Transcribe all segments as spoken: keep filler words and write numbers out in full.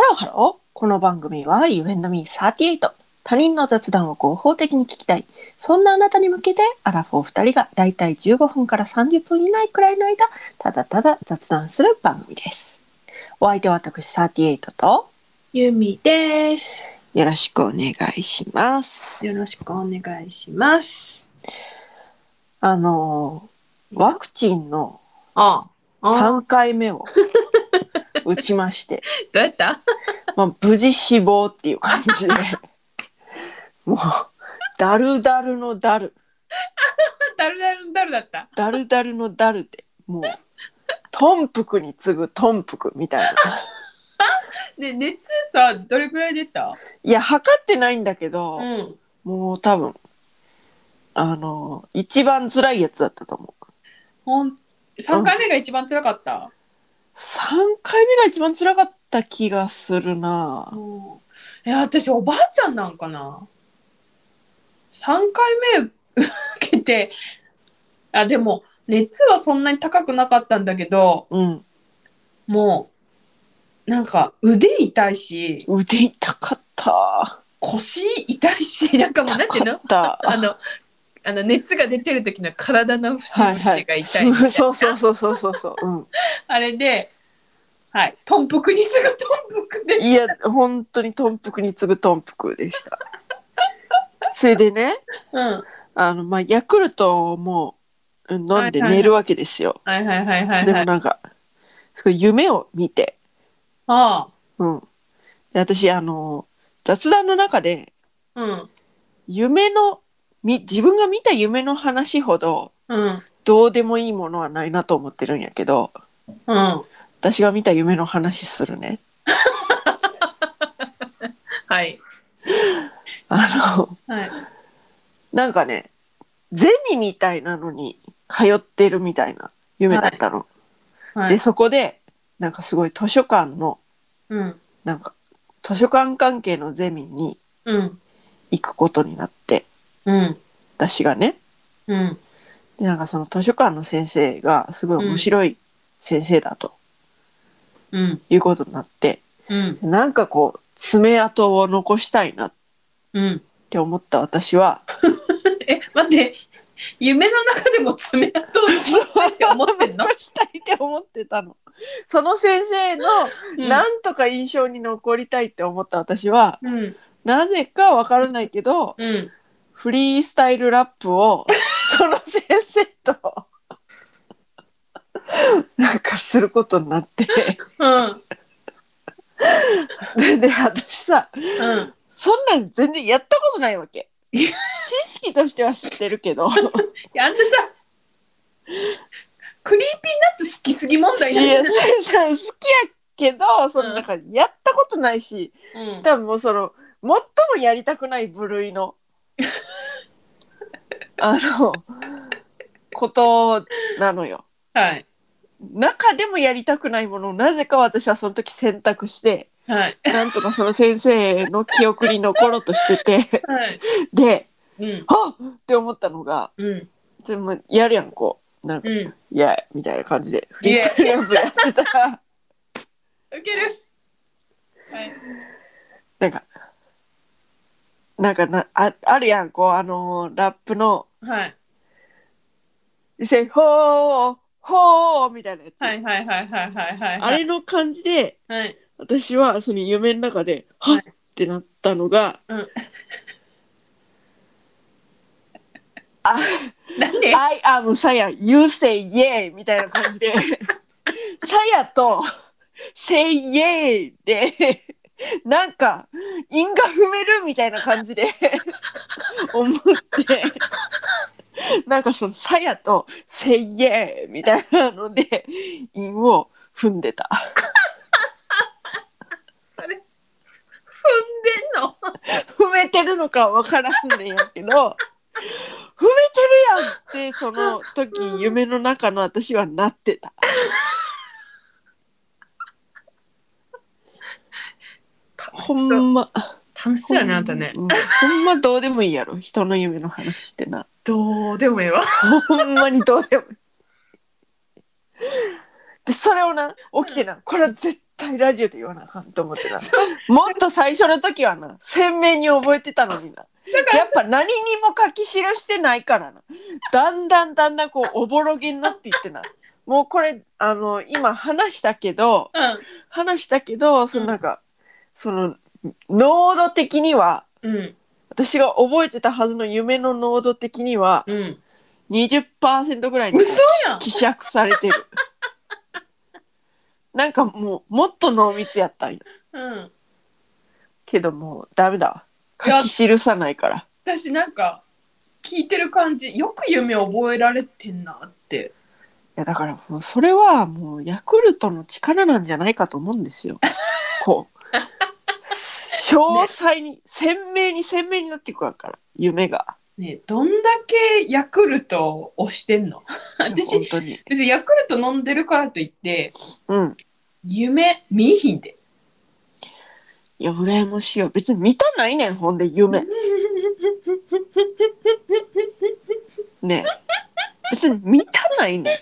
ローハロー。この番組は You and me さんじゅうはち。他人の雑談を合法的に聞きたい。そんなあなたに向けてアラフォーふたりがだいたいじゅうごふんからさんじゅっぷん以内くらいの間、ただただ雑談する番組です。お相手は私さんじゅうはちとゆみです。 よろしくお願いします。 よろしくお願いします。 あのワクチンのああさんかいめを打ちましてどうやった？ まあ、無事死亡っていう感じでもうダルダルのダルダルダルダルだった。 ダルダルのダルでもう豚腹に次ぐ豚腹みたいなで熱さどれくらい出た？ いや測ってないんだけど、 うん、 もう多分あの一番辛いやつだったと思う。 ほんさんかいめが一番辛かった、うん、 さんかいめが一番辛かった気がするな、 うん、いや私おばあちゃんなんかな。さんかいめ受けて、あでも熱はそんなに高くなかったんだけど、 うん、 もうなんか腕痛いし腕痛かった腰痛いし、なんかもうなんていうのあのあの熱が出てる時の体の節々が痛いみたいな、はいはい、 そうそうそうそうそうそう、うん、 あれで、はい、豚腹に次ぐ豚腹でした。 いや本当に豚腹に次ぐ豚腹でしたそれでね、 うん、 あのまあヤクルトも飲んで寝るわけですよ。 はいはいはいはいはい。 でもなんかすごい夢を見て、 ああ、 うん、で私あの雑談の中で、 うん、 夢のみ自分が見た夢の話ほど、 うん、 どうでもいいものはないなと思ってるんやけど、 うん、 私が見た夢の話するね。 はい。 あの、 はい、 なんかね、ゼミみたいなのに通ってるみたいな夢だったの。 はいはい、 でそこでなんかすごい図書館の、 うん、 なんか図書館関係のゼミに行くことになって、 うん、 私がね、 うん、 でなんかその図書館の先生がすごい面白い先生だと、うん、いうことになって、うん、なんかこう爪痕を残したいなって思った私は、 うん、え待って、夢の中でも爪痕を残したいって思ってんの？ 残したいって思ってたの。その先生のなんとか印象に残りたいって思った私は、うん、なぜかわからないけど、うん、フリースタイルラップをその先生となんかすることになって、うん、で, で私さ、うん、そんなん全然やったことないわけ。知識としては知ってるけどいやあんたさクリーピーナッツ好きすぎ問題なんいや好きやけど、そのなんかやったことないし、うん、多分もうその最もやりたくない部類のあのことなのよ。 はい。 中でもやりたくないものをなぜか私はその時選択して、はい、なんとかその先生の記憶に残ろうとしてて、はい、で、うん、はっって思ったのが、うん、でもやるやんこうなんか、うん、イエーイみたいな感じでフリースタイルラップやってたらウケる、はい、 なんかなんかな あ, あるやんこうあのー、ラップの、はい、せほーほーみたいなやつ、 はいはいはいはいはいはい、 あれの感じで、はい、私はその夢の中ではっ、はい、ってなったのが、うん、あなんで I am さや You say yay みたいな感じでさやと say yay でなんか韻が踏めるみたいな感じで思ってなんかそのさやと say yay みたいなので韻を踏んでたあれ踏んでんの踏めてるのかわからんねんやけど踏めてるやんってその時夢の中の私はなってたほんま楽しそうやねあんたね、 うん、ほんまどうでもいいやろ人の夢の話ってな。 どうでもいいわほんまにどうでもいいでそれをな起きてな、これは絶対ラジオで言わなあかんと思ってなもっと最初の時はな鮮明に覚えてたのになやっぱ何にも書き記してないからなだんだんだんだんこうおぼろげになっていってなもうこれあの今話したけど、 うん、 話したけどそのなんか、うん、その濃度的には、 うん、 私が覚えてたはずの夢の濃度的には、 うん、 にじゅっパーセント ぐらいに嘘やん希釈されてるなんかもうもっと濃密やったんよ、 うん、 けどもうダメだ書き記さないから。 私なんか聞いてる感じよく夢覚えられてんなって。 いやだからもうそれはもうヤクルトの力なんじゃないかと思うんですよこう詳細に、ね、鮮明に鮮明になっていくから夢がね。どんだけヤクルトを推してんの私本当に別にヤクルト飲んでるからといって、 うん、 夢見いひんで。 いや羨ましいよ別に見たないねんほんで夢ね別に見たないね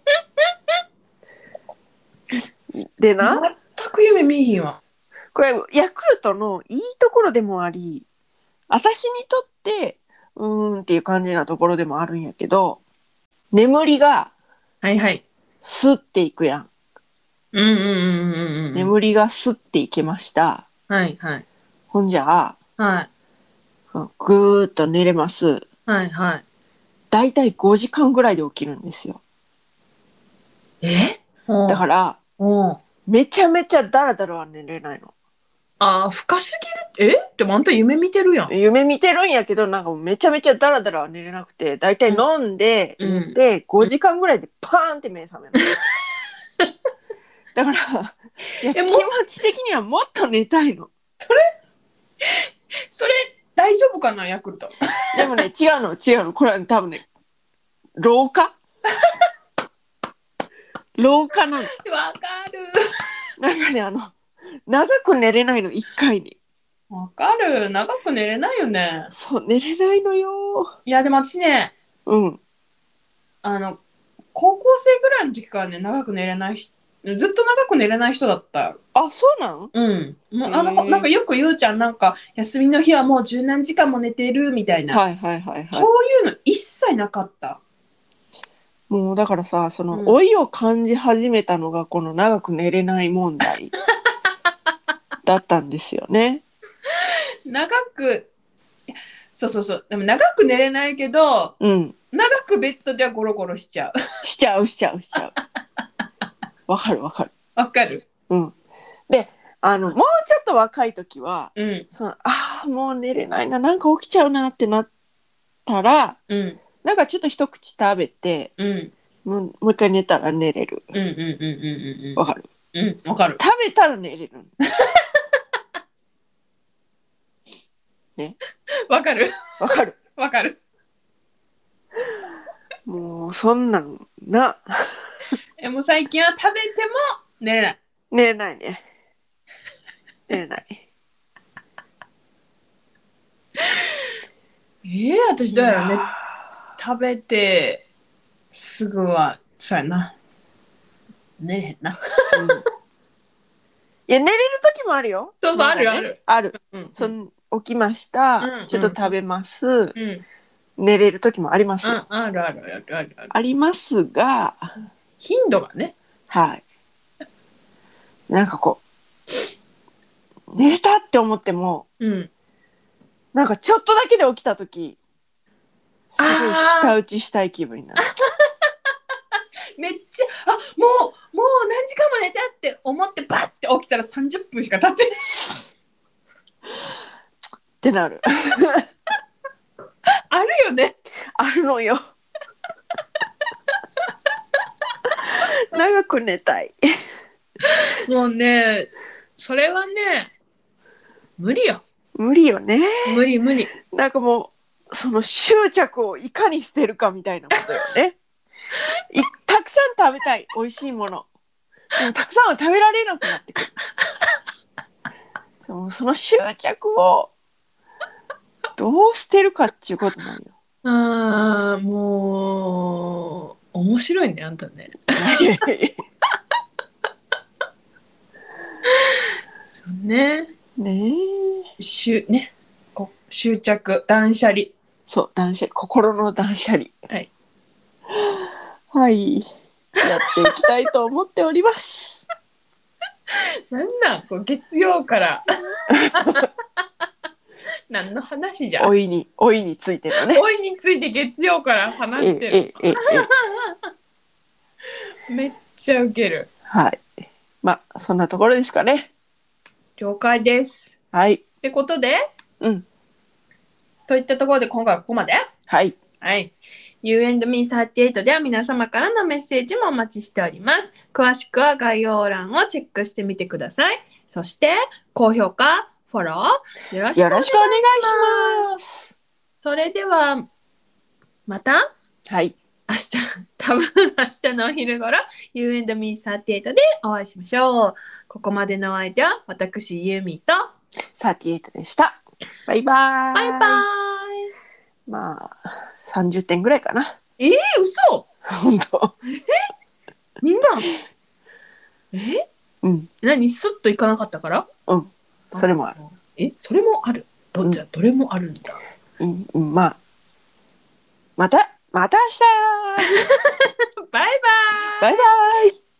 んでな全く夢見いひんわ。 これヤクルトのいいところでもあり私にとってうーんっていう感じなところでもあるんやけど眠りがはいはいスッていくやん、 うんうんうんうんうん、 眠りがスッていけました。 はいはいほんじゃあ、 はい、 ぐーっと寝れます。 はいはい。 だいたいごじかんぐらいで起きるんですよ。 えだからめちゃめちゃダラダラは寝れないの。 あー深すぎる。えでもあんた夢見てるやん。 夢見てるんやけどなんかめちゃめちゃダラダラは寝れなくてだいたい飲んで寝て、うん、ごじかんぐらいでパーンって目覚めるだからいや気持ち的にはもっと寝たいの。 それそれ大丈夫かなヤクルトでもね違うの違うのこれは多分ね老化老化なの。わかる。 なんかねあの長く寝れないのいっかいに。 わかる長く寝れないよね。 そう寝れないのよ。 いやでも私ねうんあの高校生ぐらいの時からね長く寝れないずっと長く寝れない人だった。 あそうなん？ うんもうあのなんかよく言うじゃんなんか休みの日はもう十何時間も寝てるみたいな、 はいはいはいはい、 そういうの一切なかった。 もうだからさその、うん、老いを感じ始めたのがこの長く寝れない問題だったんですよね。 長くそうそうそうでも長く寝れないけど、うん、長くベッドではゴロゴロしちゃうしちゃうしちゃうしちゃうわかるわかるわかる。 うんであのもうちょっと若い時は、うん、そのあーもう寝れないななんか起きちゃうなってなったら、うん、なんかちょっと一口食べて、うん、もう、もう一回寝たら寝れる。うんうんうんうんうん。わかる。 うんわかる。 食べたら寝れる。ね。 わかる。 わかる。 わかる。 もうそんなんな。 えもう最近は食べても寝れない。 寝れないね。寝れない。 えー、私どうやらね食べてすぐはそうやな寝れへんな、うん、いや寝れる時もあるよ。 そうそう、まだね、あるあるある、うんうん、そん起きました、うんうん、ちょっと食べます、うん、寝れる時もあります、うん、 あるあるあるあるあるありますが頻度がねはいなんかこう寝れたって思っても、うん、なんかちょっとだけで起きた時すごい舌打ちしたい気分になるめっちゃあもうもう何時間も寝たって思ってバッて起きたらさんじゅっぷんしか経ってないってなるあるよねあるのよ長く寝たいもうねそれはね無理よ無理よね無理無理なんかもうその執着をいかに捨てるかみたいなことよねいたくさん食べたい美味しいものでもたくさんは食べられなくなってくるその、その執着をどう捨てるかっていうことなんよ。 あーもう面白いねあんたねね。 ねえ。 しゅね。こ執着、断捨離。 そう、断捨離、心の断捨離。 はい。 はい。やっていきたいと思っております。 なんなんこう月曜から何の話じゃ。 老いに、老いについてのね。 老いについて月曜から話してる。 ええええめっちゃウケる。 はい。まあそんなところですかね。 了解です。 はい。 ってことで、 うん。 といったところで今回はここまで。 はい。 はい。You and me サーティエイトでは皆様からのメッセージもお待ちしております。詳しくは概要欄をチェックしてみてください。そして、高評価、フォロー、よろしくお願いしよろしくお願いしま。 ますす。 それでは、またはい。 明日、多分明日のお昼頃、You and me サーティエイトでお会いしましょう。ここまでのお相手は、私、ユーミーと、 サーティエイトでした。バイバーイ。 バイバーイ。 まあさんじゅってんぐらいかな。 えー、嘘本当。 にばんえうん。 何スッといかなかったから。 うん。それもある。 え、それもある。どっちはどれもあるんだ。 うんうん、まあまたまた明日。 バイバーイ。 バイバイ。